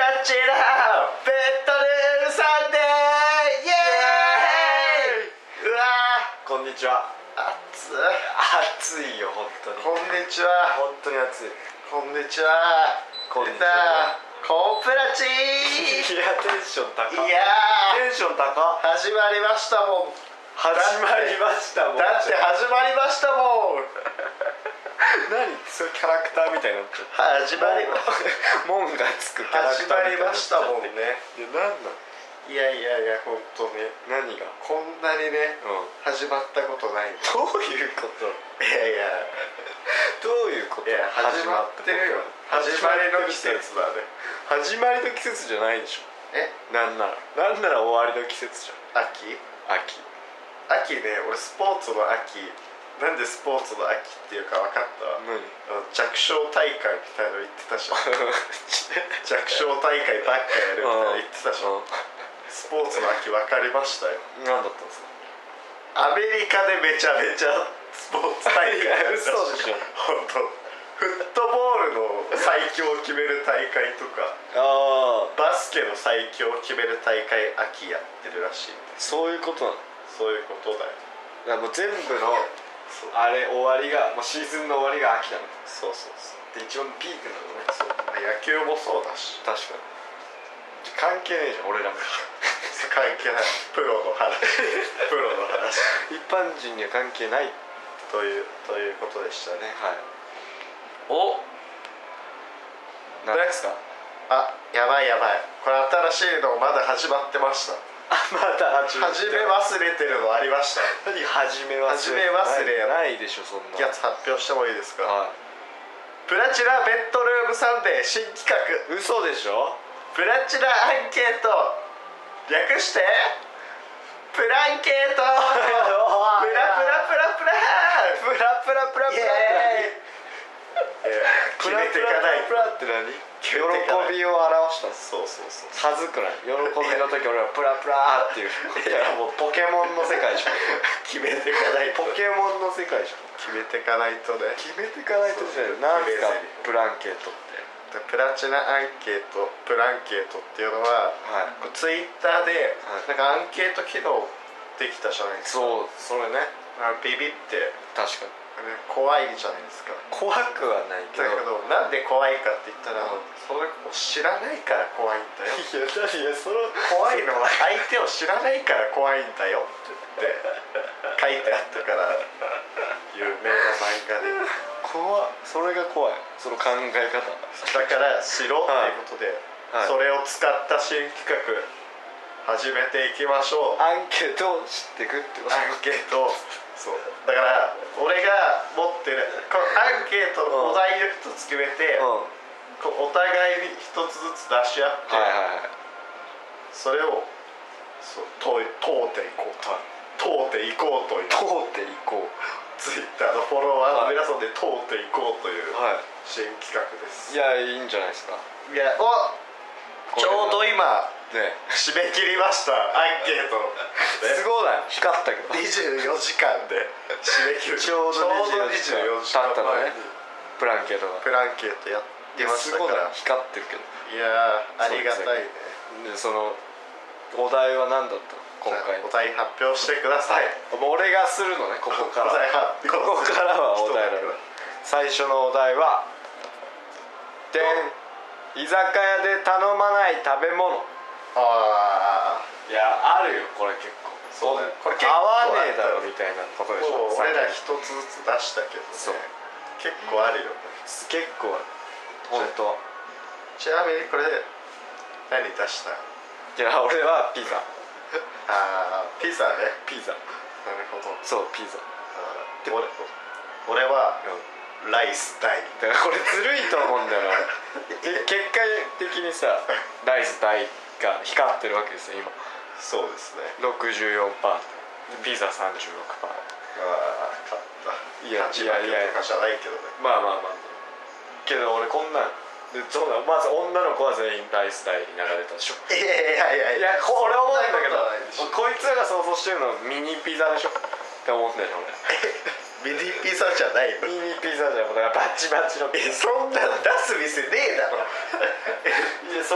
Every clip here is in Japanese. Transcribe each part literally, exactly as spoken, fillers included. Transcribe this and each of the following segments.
ラチナベッドルームサンデーイエーイ。うわー、 こんにちは。 暑い暑いよ本当に。 こんにちは。 本当に暑い。 こんにちは。 こんにちは。 コンプラチいーやテンション高い。 いやテンション高っ。 始まりましたもん。 始まりましたもん。 だって始まりましたもん。 何それキャラクターみたいになっちゃう。 始まりま門がつくキャラク始まターみたいになっちゃってりましたもんね。 いやなんなん。 いやいやいや本当に何が。 こんなにね、 うん。 始まったことない。 どういうこと。 いやいやどういうこと。 いや始まってるよ。始まりの季節だね。 始まりの季節じゃないでしょ。 えなんならなんなら終わりの季節じゃん。 秋秋。 秋ね。俺スポーツの秋、なんでスポーツの秋っていうか分かった。 何。 あの弱小大会みたいなの言ってたじゃん。弱小大会ばっかやるみたいな言ってたじゃん。スポーツの秋分かりましたよ。 何だったんですか。 アメリカでめちゃめちゃスポーツ大会やる。 嘘でしょ。 本当。フットボールの最強を決める大会とか、 ああバスケの最強を決める大会秋やってるらしい。 そういうことなの。 そういうことだよ。 だからもう全部のそうあれ終わりがもうシーズンの終わりが秋なの。 そうそうそうで一番ピークなのね。 そう野球もそうだし。 確かに関係ねえじゃん俺らも。 関係ない。プロの話プロの話一般人には関係ないというということでしたね。 ね。はい。 お何ですか。 あ、やばいやばい。これ新しいのまだ始まってました。 あまた始め始め忘れてるのありました。 何始め忘れ始め忘れやないないでしょそんなやつ発表してもいいですか。 はプラチナベッドルームサンデー新企画、 い。嘘でしょ。 プラチナアンケート、略してプランケート。プラプラプラプラプラプラプラプラってイエーイ。決めていかないプラプラプラって何。喜決めていかないびを表したんです。 そうそうそう。 はずくない。喜びの時俺はプラプラーっていう。いやもうポケモンの世界じゃん。 決めていかないとポケモンの世界じゃん。 決めていかないとね。 決めていかないとじゃない。なんですかプランケートって。 でプラチナアンケート、プランケートっていうのは、 はい。 ツイッターで、 はいなんかアンケート機能できたじゃないですか。 そうそれね。 あビビって確かに怖いじゃないですか。 怖くはないけど。 だけどなんで怖いかって言ったら、 うんそれを知らないから怖いんだよ。 いやいやその怖いのは相手を知らないから怖いんだよって書いてあったから有名な漫画で。 怖っ。それが怖い。その考え方。 だから知ろうっていうことで、 はいはい、 それを使った新企画始めていきましょう。 アンケートを知っていくってこと。 アンケート。そうだから俺が持ってるこのアンケートのお題を一つ決めて、 うん、 こうお互いに一つずつ出し合って、 はいはいはい、 それをそう問い問うていこうと、 はい、 問うていこうという、 通っていこう。 ツイッターのフォロワーの皆さんで問うていこうというはい、 新企画です。 いやいいんじゃないですか。 いやおちょうど今ね締め切りましたアンケートの、 すごいな光ったけどにじゅうよじかんで締め切る。 ちょうどにじゅうよじかん経ったのね。プランケートがプランケートやってましたから。 光ってるけど。 いやーありがたいね。 でそのお題は何だったの今回。 お題発表してください。 もう俺がするのねここから。 お題発表ここからはお題なの。最初のお題はでん居酒屋で頼まない食べ物。 ああいやあるよこれ結構。 そうだよ。これ結合構わねえだろみたいなことでしょ。 もう俺ら一つずつ出したけどね。 そう結構あるよね。 結構本当。 ちなみにこれ何出した？ いや俺はピザ。 ああピザね。 ピザ。 なるほど。 そうピザ。 で俺俺は、うん、ライス大。 だからこれずるいと思うんだよな俺。結果的にさライス大が光ってるわけですよ今。 そうですね。 ろくじゅうよんパーセント ピザ さんじゅうろくパーセント。 ああ勝った。 いやいやいやとかじゃないけどね。 まあまあまあけど俺こんなんでそうだまず女の子は全員ライス大に流れたでしょ。 いやいやいやいやこ俺思うんだけどそんなこいつらが想像してるのはミニピザでしょって思うんだよね俺。ミニピザじゃないの。 ミニピザじゃんだからバチバチのピザ。 そんなの出す店ねえだろ。 いやそこだ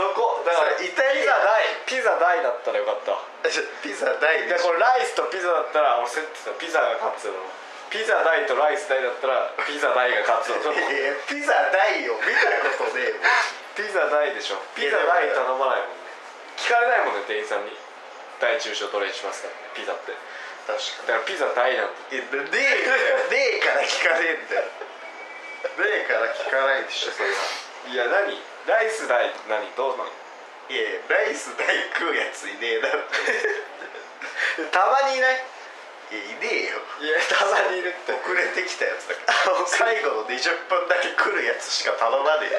だからイタリアピザ大ピザ大だったらよかったわ。 ピザ大ででこれライスとピザだったら俺セットだピザが勝つの。ピザ大とライス大だったらピザ大が勝つの。 いやピザ大を見たことねえもん。 ピザ大でしょ。ピザ大頼まないもんね。聞かれないもんね店員さんに。大中小どれにしますかピザって。 確かだからピザ大なんて。 にねえねえから聞かねえんだよ。ねえから聞かないでしょそれは。 いや何ライス大何どうなの。 いやライス大食うやついねえなってたまにいない。 いやいねえよ。 いやたまにいるって。 遅れてきたやつだから最後のにじゅっぷんだけ来るやつしか頼まね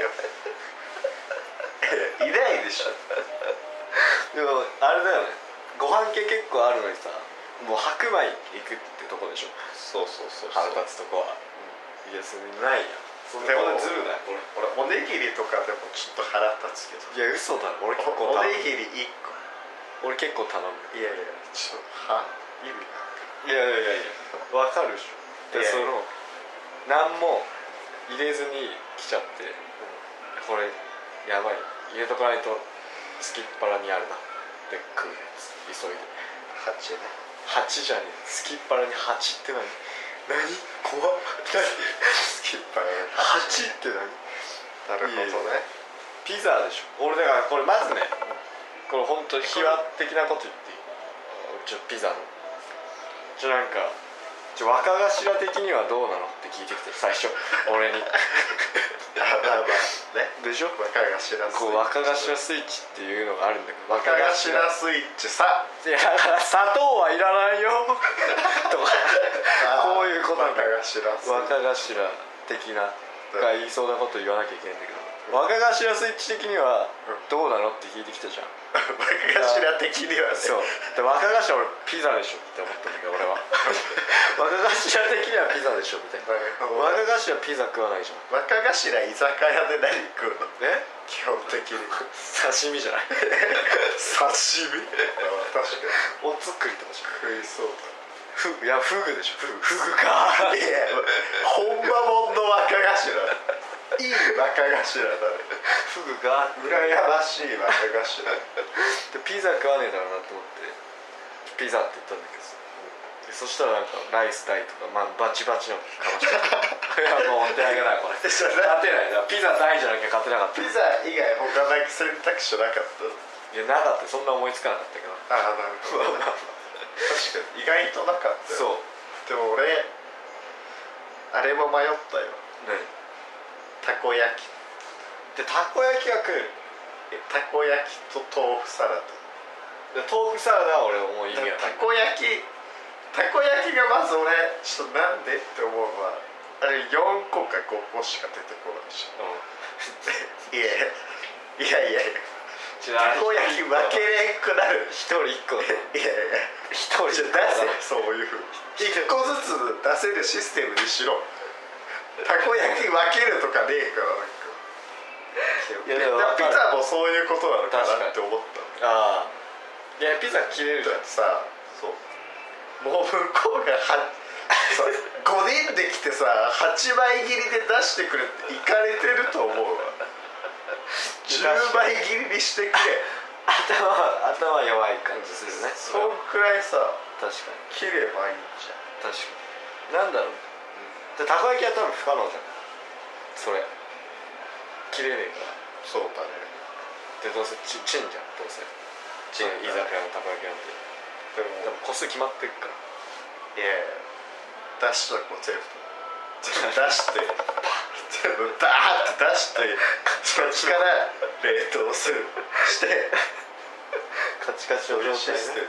えよ。いないでしょ。 でもあれだよね、ご飯系結構あるのにさ、もう白米行くってとこでしょ。 そうそうそう腹立つとこは、うん、いやそれないやん。それでもずるない俺。 俺おにぎりとかでもちょっと腹立つけど。 いや嘘だろ、俺結構お頼む。 にぎりいっこ。 俺結構頼む。 いやいやちょっとは意味いやいやいやいやわかるでしょ。でいやその何も入れずに来ちゃって、うん、これやばい入れとかないとつきっぱらにあるなで食うやつ急いで。 はちね。 はちじゃねえ、つきっぱらにはちって何何怖っ何スキッパーはちって何。 なるほどね。 ピザでしょ。俺だからこれまずね、これ本当に秘話的なこと言っていい。ちょピザのちょなんかちょ若頭的にはどうなのって聞いてきて最初俺にあまあまあねでしょ。 若頭スイッチこう若頭スイッチっていうのがあるんだけど、 若頭スイッチさいやだから砂糖はいらないよとかこういうことなんだよ。 若頭スイッチ若頭的なが言いそうなこと言わなきゃいけないんだけど、若頭スイッチ的にはどうなのって聞いてきたじゃん。 若頭的にはね。 そうで若頭俺ピザでしょって思ったんだけど俺は若頭的にはピザでしょみたいな。若頭ピザ食わないじゃん。 若頭居酒屋で何食うの。 え基本的に刺身じゃない刺身確かにお作りとかじゃん。 食いそうだ。 フグいやフグでしょ。フグフグかいや本場もんの若頭いい若頭だね。 フグが羨ましい若頭でピザ食わねえだろうなと思ってピザって言ったんだけどさ、でそしたらなんかライス大とか、まあ、バチバチのかましていやもうお手上げだこれ勝てないな。ピザ大じゃなきゃ勝てなかった。 ピザ以外他だけ選択肢なかった。 いやなかったそんな思いつかなかったけど。 ああなるほど確かに意外となかったよ。 そうでも俺あれも迷ったよ。 何たこ焼きでたこ焼きが食える。 たこ焼きと豆腐サラダ。 で豆腐サラダは俺もう意味がない。 たこ焼きたこ焼きがまず俺ちょっとなんでって思うのはあれよんこかごこしか出てこないし、うん、いやいやいやいやたこ焼き負けれんくなる。 一人一個いやいや一人じゃ出せそういうふうに一個ずつ出せるシステムにしろ。たこ焼き分けるとかねえからなんか。いやでもピザもそういうことなのかなって思った。 ああいやピザ切れるじゃん。 さそうもう向こうがはそうごにんで来てさはちばい切りで出してくれっていかれてると思うわ。じゅうばい切りにしてくれ。 頭頭弱い感じするね。 そんくらいさ確かに切ればいいじゃん。 確かになんだろう、うん、でたこ焼きは多分不可能じゃんそれ切れねえから。 そうだね。 でどうせチチンじゃんどうせチン居酒屋のたこ焼きなんて。 でもでも個数決まってるから。 いや出しとこう全部出して全部ダーって出してそっちから冷凍するしてカチカチの状態ね。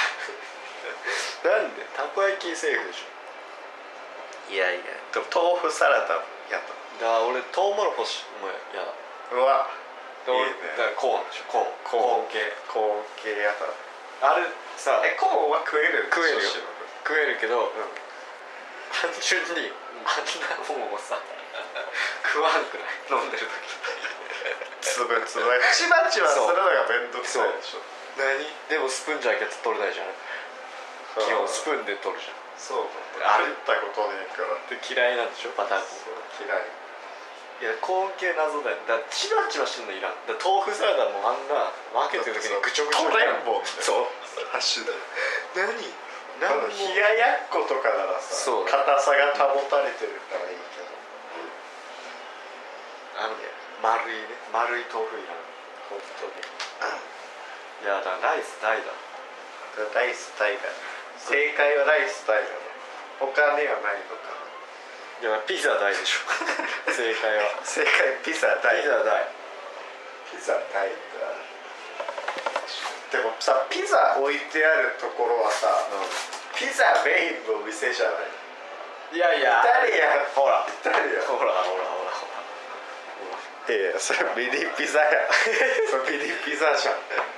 なんでたこ焼きセーフでしょ。 いやいやでも豆腐サラダやった。 だから俺トウモロコシもやだ。 うわいいね。だからコーンでしょ。コーンコーン系コーン系やだ。 あれさえコーンは食える食えるよ食えるけど、 うん、 単純にあんなもんをさ食わんくない飲んでる時つぶつぶちまちまするのがめんどくさいでしょ。 何でもスプーンじゃなきゃ取れないじゃん基本スプーンで取るじゃん。 そうだあるったことねえからで嫌いなんでしょバターコーン。 嫌い。 いや根茎謎だよ。だからチバチバしてんのいらん。だから豆腐サラダもあんな分けてる時にぐちょぐちょ取れんもんね。 そうハッシュだ何あの冷ややっことかならさそう硬さが保たれてるからいいけど、 あの丸いね丸い豆腐いらん本当に。いやだからライス大だ。 ライスタイだ。正解はライスタイだね。他にはないのかな。 いやピザ大でしょ正解は正解ピザ大。 ピザ大。 ピザ大だ。でもさピザ置いてあるところはさ、 うピザメインの店じゃない。 ん、いやいやイタリアンほらイタリアンほらほらほらほらいやそれミニピザやそれミニピザじゃん。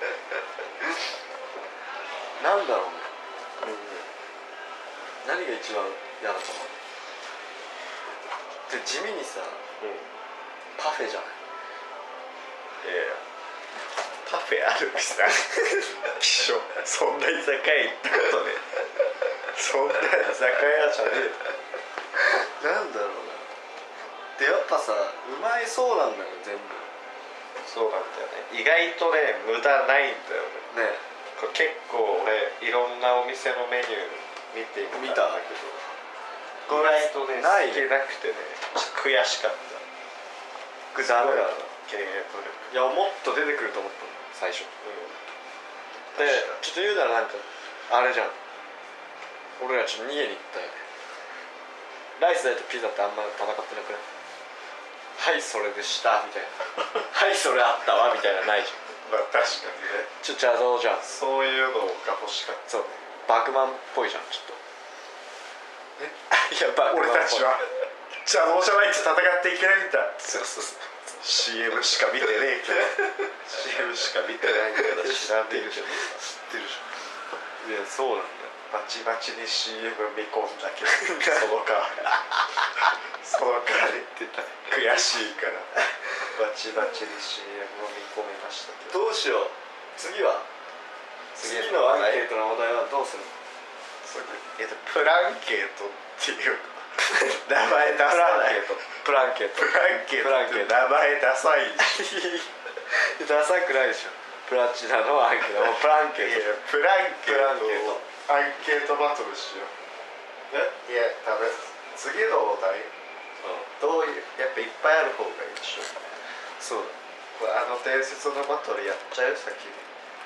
なんだろうね、何が一番嫌だと思う。で地味にさうんパフェじゃない。 いやいやパフェある店だきしょそんな居酒屋行ったことねそんな居酒屋じゃねえ。 なんだろうな。でやっぱさうまいそうなんだよ全部そうなんだよね。意外とね無駄ないんだよね。 ね。 これ結構俺いろんなお店のメニュー見てみたんだけど意外とねない好きなくてねちょっと悔しかった。 これダメだな。 経営努力。 いやもっと出てくると思ったの最初でちょっと言うならなんかあれじゃん、俺らちょっと逃げに行ったよね。ライス大とピザってあんま戦ってなくない？はいそれでしたみたいなはいそれあったわみたいなないじゃん。 まあ確かにねちょっと邪道じゃん。 そういうのが欲しかった。 そうバグマンっぽいじゃんちょっと。えいやバグマンっぽい。 俺たちは邪道じゃないと戦っていけないんだ。 そうそうそうシーエム しか見てねえけどシーエム しか見てないから知らねえけど知ってるじゃん。いやそうなんだよ。 バチバチに シーエム 見込んだけどその代わりその代わりって悔しいからバチバチに シーエム を見込みましたけど。 どうしよう次は次のアンケートのお題はどうするの？ それえっとプランケートっていう名前出さない。 プランケートプランケートって名前ダサい。 ダサくないでしょ。プラチナのアンケートもプランケート。 いやプランケートプランケートアンケートバトルしよう。 えいやダメ。次のお題どういうやっぱいっぱいある方がいいでしょ。 そうあの伝説のバトルやっちゃう先に。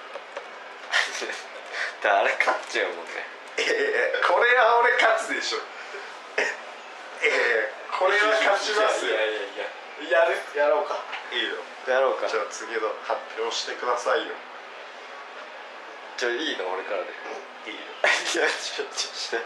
だあれ勝っちゃうもんね。 いやいやこれは俺勝つでしょ。いやいやこれは勝ちますよ。 いやいやいややるやろうか。 いいよ。 やろうか。 じゃあ次の発表してくださいよ。 じゃあいいの俺からで。 いいよ。 いやちょちょして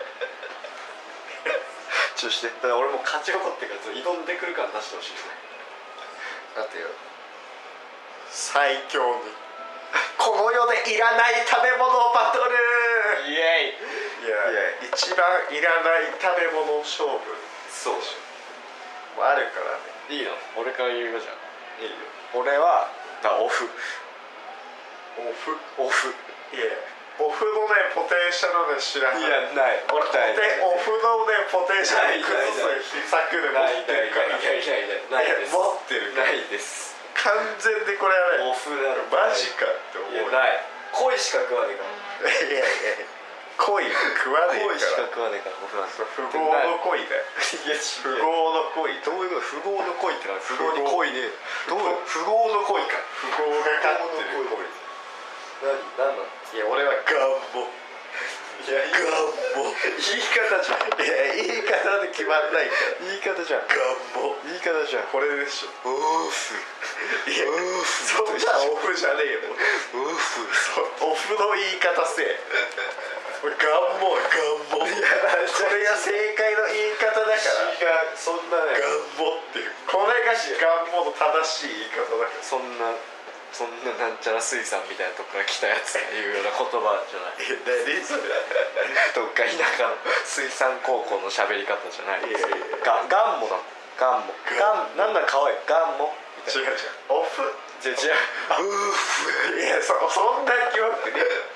ちょしてだから俺も勝ち誇ってから挑んでくるから出してほしいね。 待てよ。最強にこの世でいらない食べ物バトル。 イエイ。 いやいや一番いらない食べ物勝負。 そうでしもうあるからね。 ょ。いいの俺から言うよじゃん。 いいよ。 俺はだオフオフオフいやオフのねポテンシャルね知らない。 いやない俺でオフのねポテンシャル崩す秘策で持ないってるから。 ないないないないないです。 持ってるからないです。 完全でこれはねオフだマジかって思う。 いやない恋しか食わねえからいやいや恋食わねえ恋しかから食わねえからオフなんて不合の恋だよ。 いや不合の恋。 どういうこと不合の恋ってのは不合に不合恋ねえどういう不合の恋か不合が勝ってる恋。 何何なのいや俺は願望。 いや願望言い方じゃんいや言い方で決まんないから言い方じゃん願望言い方じゃんこれでしょ。 オフいやそんなオフじゃねえよ。 オフオフの言い方せえ。願望願望。 いやこれが正解の言い方だから。 違うそんなね願望っていうこれが願望の正しい言い方だから。 そんなそんななんちゃら水産みたいなとこから来たやつが言うような言葉じゃないえ何それ。 どっか田舎の水産高校の喋り方じゃないいやいやいやがガンモだガンモガンなんだかわいいガンモみたいな違う違うオフ違う違うウーフいや そ, そんな記憶ね。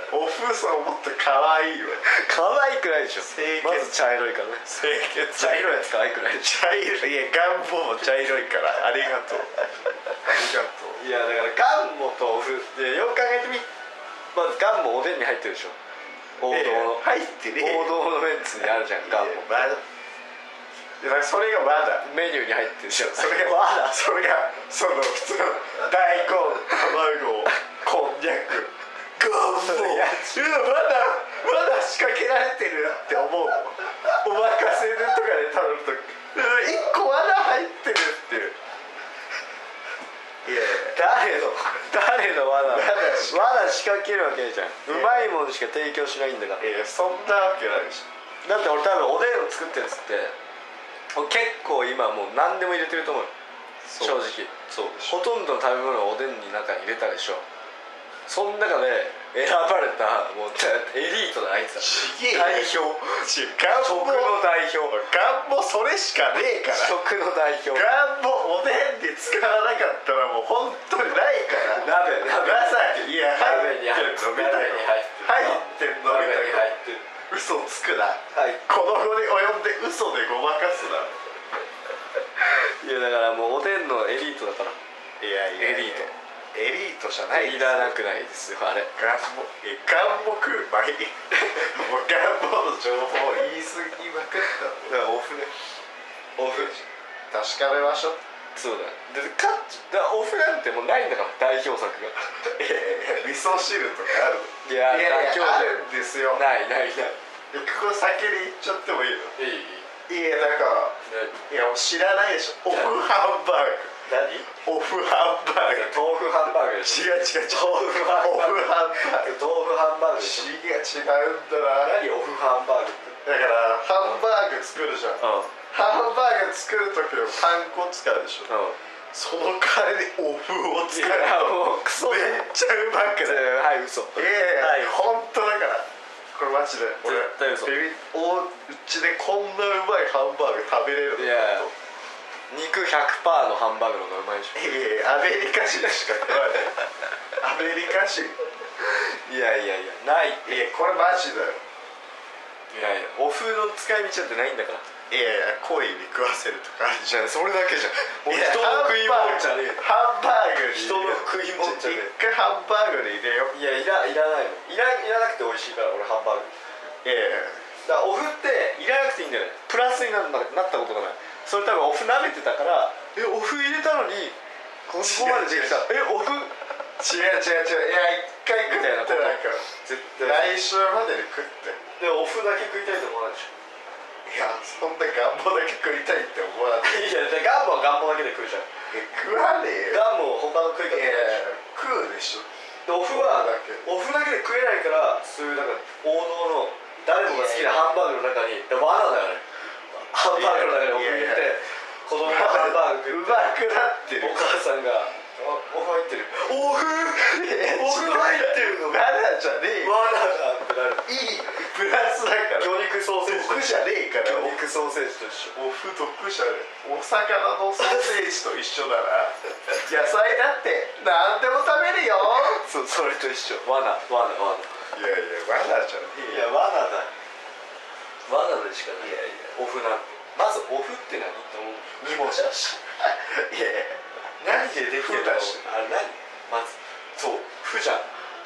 オフさもっと可愛いわ。 可愛くないでしょ。 清潔まず茶色いからね。 清潔茶色いやつ可愛くないでし茶色い。いやガンボも茶色いからありがとうありがとう。 ょ。いやだからガンモとオフでよく考えてみ。まずガンモおでんに入ってるでしょ。王道の入ってね王道のメンツにあるじゃんガンモ。 まだいやそれがまだメニューに入ってるでしょ。 それがまだそれがその普通の大根卵こんにゃくガンボいやまだまだ仕掛けられてるって思うもん。おまかせでとかで頼むといっこまだ入ってるっていう。いやいや誰の誰の罠罠罠仕掛けるわけじゃん。うまいものしか提供しないんだから。 いやそんなわけないでしょ。 だって俺多分おでんを作ってるやつって結構今もう何でも入れてると思う。正直そうでしょ。 ほとんどの食べ物をおでんの中に入れたでしょ。その中で選ばれたもうエリートだあいつは。 ちげえ代表ちガン食ボの代表ガンボそれしかねえから。 食の代表ガンボおでんで使わなかったらもう本当にないから。 鍋鍋まさにいや鍋に入ってる飲みたい鍋に入ってる入ってんのみたい鍋に入ってる。 嘘つくな。 はいこの後に及んで嘘でごまかすな。 いやだからもうおでんのエリートだから。 いやいやエリートエリートじゃないいらなくないですよあれ。 ガンボえガンボ食う前にもうガンボの情報を言い過ぎまくったんだ。 だからオフねオフ確かめましょう。 そうだでカッチだからオフなんてもうないんだから代表作が。 いやいや味噌汁とかある。 いやいやい妥協やあるんですよ。 ないないない。 えここ先に言っちゃってもいいの？ いいいやだからいやもう知らないでしょ。オフハンバーグ何オフハンバーグ豆腐ハンバーグでしょ。 違う違う違う豆腐ハンオバーグフハンバーグ豆腐ハンバーグでしょ。 違う違うんだな。 何オフハンバーグってだからハンバーグ作るじゃん。 うんハンバーグ作る時のパン粉使うでしょ。 うんその代わりにオフを使ういやともうクソめっちゃうまくない？ はい嘘。 いやいや、 はい本当だからこれマジで俺絶対嘘。 ビビおうちでこんなうまいハンバーグ食べれるのいや肉 ひゃくパーセント のハンバーグの方がうまいでしょ。 いやいやアメリカ人しか食わないアメリカ人いやいやいやない。 いやこれマジだよ。 いやいやオフの使い道なんてないんだから。 いやいや恋に食わせるとかあるじゃん。 それだけじゃん。もういや人の食い物じゃねえ。 ハンバーグに人の食い物じゃねえ。 一回ハンバーグで入れよう。 いやいらいらないの。いらいらなくて美味しいから俺ハンバーグ。 いやいやだからオフっていらなくていいんだよね。プラスにななったことがない。それ多分オフ舐めてたからえオフ入れたのにここまでできた。えオフ違う違う違う。いや一回食ってなんか絶対。 来週までに食ってでオフだけ食いたいと思わないでしょ。 いやそんな願望だけ食いたいって思わないいやでガンモはガンモだけで食うじゃん。 え食わねえよ。 ガンモ他の食い方いないでしょ。 や食うでしょ。 でオフはだけオフだけで食えないからそういうなんか王道の誰もが好きなハンバーグの中にで罠だよね。ハンバーグの中にオフ入れて子供がハンバーグ食ってうまくなってる。 お母さんがあオフ入ってるオフオフ入ってるの罠じゃねえよ。 罠だってなる。 いいプラスだから魚肉ソーセージ毒じゃねえから。 魚肉ソーセージと一緒。 オフ毒じゃねえ。お魚のソーセージと一緒だな。野菜だって何でも食べるよ。 そうそれと一緒。罠罠罠。 いやいや罠じゃねえよ。 いや罠だ。罠でしかない。 いやいやオフなんてまずオフって何って思う。に文字だしいやいや何でできてるのふだしあれ何まずそうふじゃん。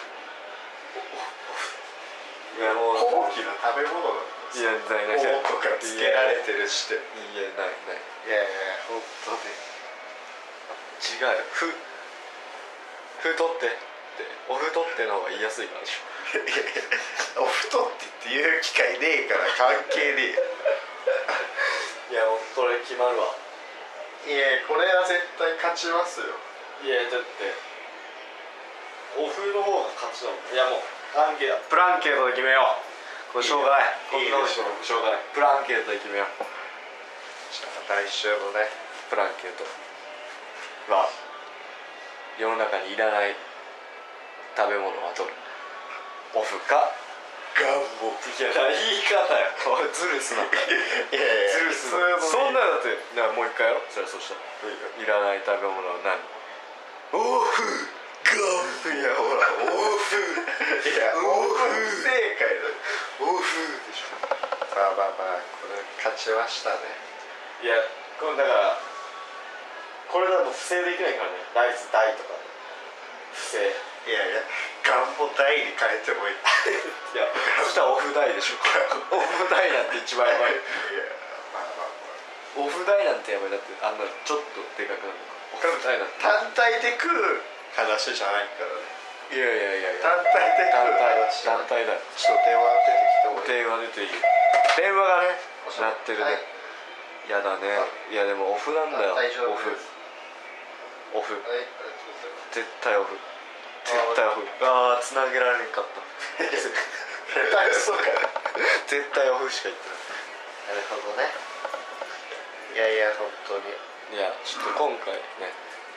いやもう高貴な食べ物なんですいやないないない王とかつけられてるして。 いやないないいやいや本当に違うよふふ取ってっておふ取っての方が言いやすいからでしょ。 いやいやお太ってって言う機会ねえから関係ねえよ。 いやもうこれ決まるわ。 いやこれは絶対勝ちますよ。 いやだってオフの方が勝ちだもん。いやもうアンケートプランケートで決めよう。これしょうがない。こんなのしょうがない。プランケートで決めよう。 じゃあ来週のねプランケートは世の中にいらない食べ物はどれ？オフかガンボ。 いや言い方よ。おいズルすな。 いやいやズルすな。 普通のそんなだってなもう一回やろ。それそしたらいらない食べ物は何？ オフガいやほらオフいやオフ正解だよ。 オフでしょ。 まあまあまあこれ勝ちましたね。 いやこれだからこれだと不正できないからね。ライス大とか不正。 いやいやガンボ大に変えてもいい。 いやそしたらオフ大でしょ。オフ大なんて一番やばい。 いやまあまあまあオフ大なんてやばい。だってあんなちょっとでかくなるオフ大なんて単体で食う話じゃないからね。 いやいやいやいや単体で食単う体話じゃない。 単体だよ。 ちょっと電話出てきてもいい？ 電話出ていい。電話がね鳴ってるね、 はい、 やだね。いやでもオフなんだよ。 大丈夫オフです。 オフはい、ありがとうございます。 絶対オフ絶対オフ。ああ繋げられんかったそうか。 絶対オフしか言ってなるほどね。いやいや本当に。 ない。いやちょっと今回ね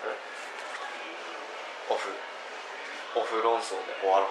オフオフ論争で終わろう。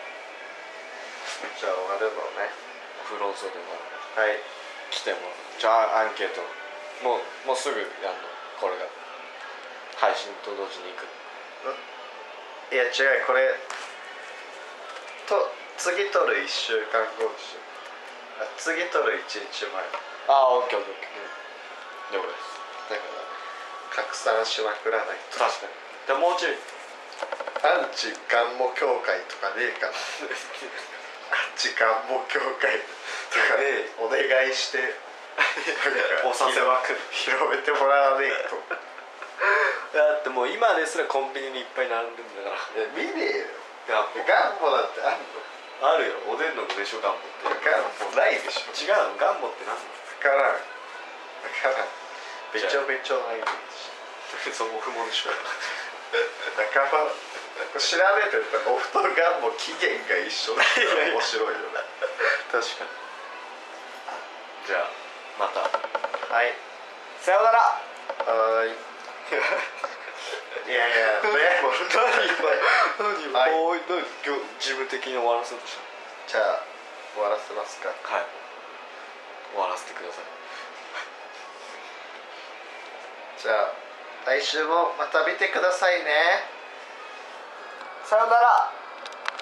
じゃあ終わるのね。 オフ論争で終わろう。 はい。 来てもじゃあアンケートもうもうすぐやんの。これが配信と同時に行く。 いや違うこれと次撮るいっしゅうかんごでしょ。あ次撮るいちにちまえ。 ああオッケーオッケーオッケー。了解です。 だから拡散しまくらないと。 確かに。じゃあもうちょいアンチガンモ協会とかねえかな。アンチガンモ協会とかねえお願いしておさせまくる。 広めてもらわねえと。 だってもう今ですらコンビニにいっぱい並んでるんだから。 いや見ねえよ。 ガンガンモなんてあんの？ ボあるよ。おでんの具でしょガンボって。 ガンモないでしょ。 違うの。ガンボって何なの？ だからだからべちょべちょないでしょ。 そうオフもでしょ。 仲間調べてたらオフとガンモ期限が一緒だから面白いよね。 確かに。じゃあまた。 はい。 さようなら。 はーい。いやいや、ね、 何何はいおい何今日事務的に終わらせようとしじゃあ終わらせますか。 た。はい終わらせてください。 じゃあ来週もまた見てくださいね。 さようなら。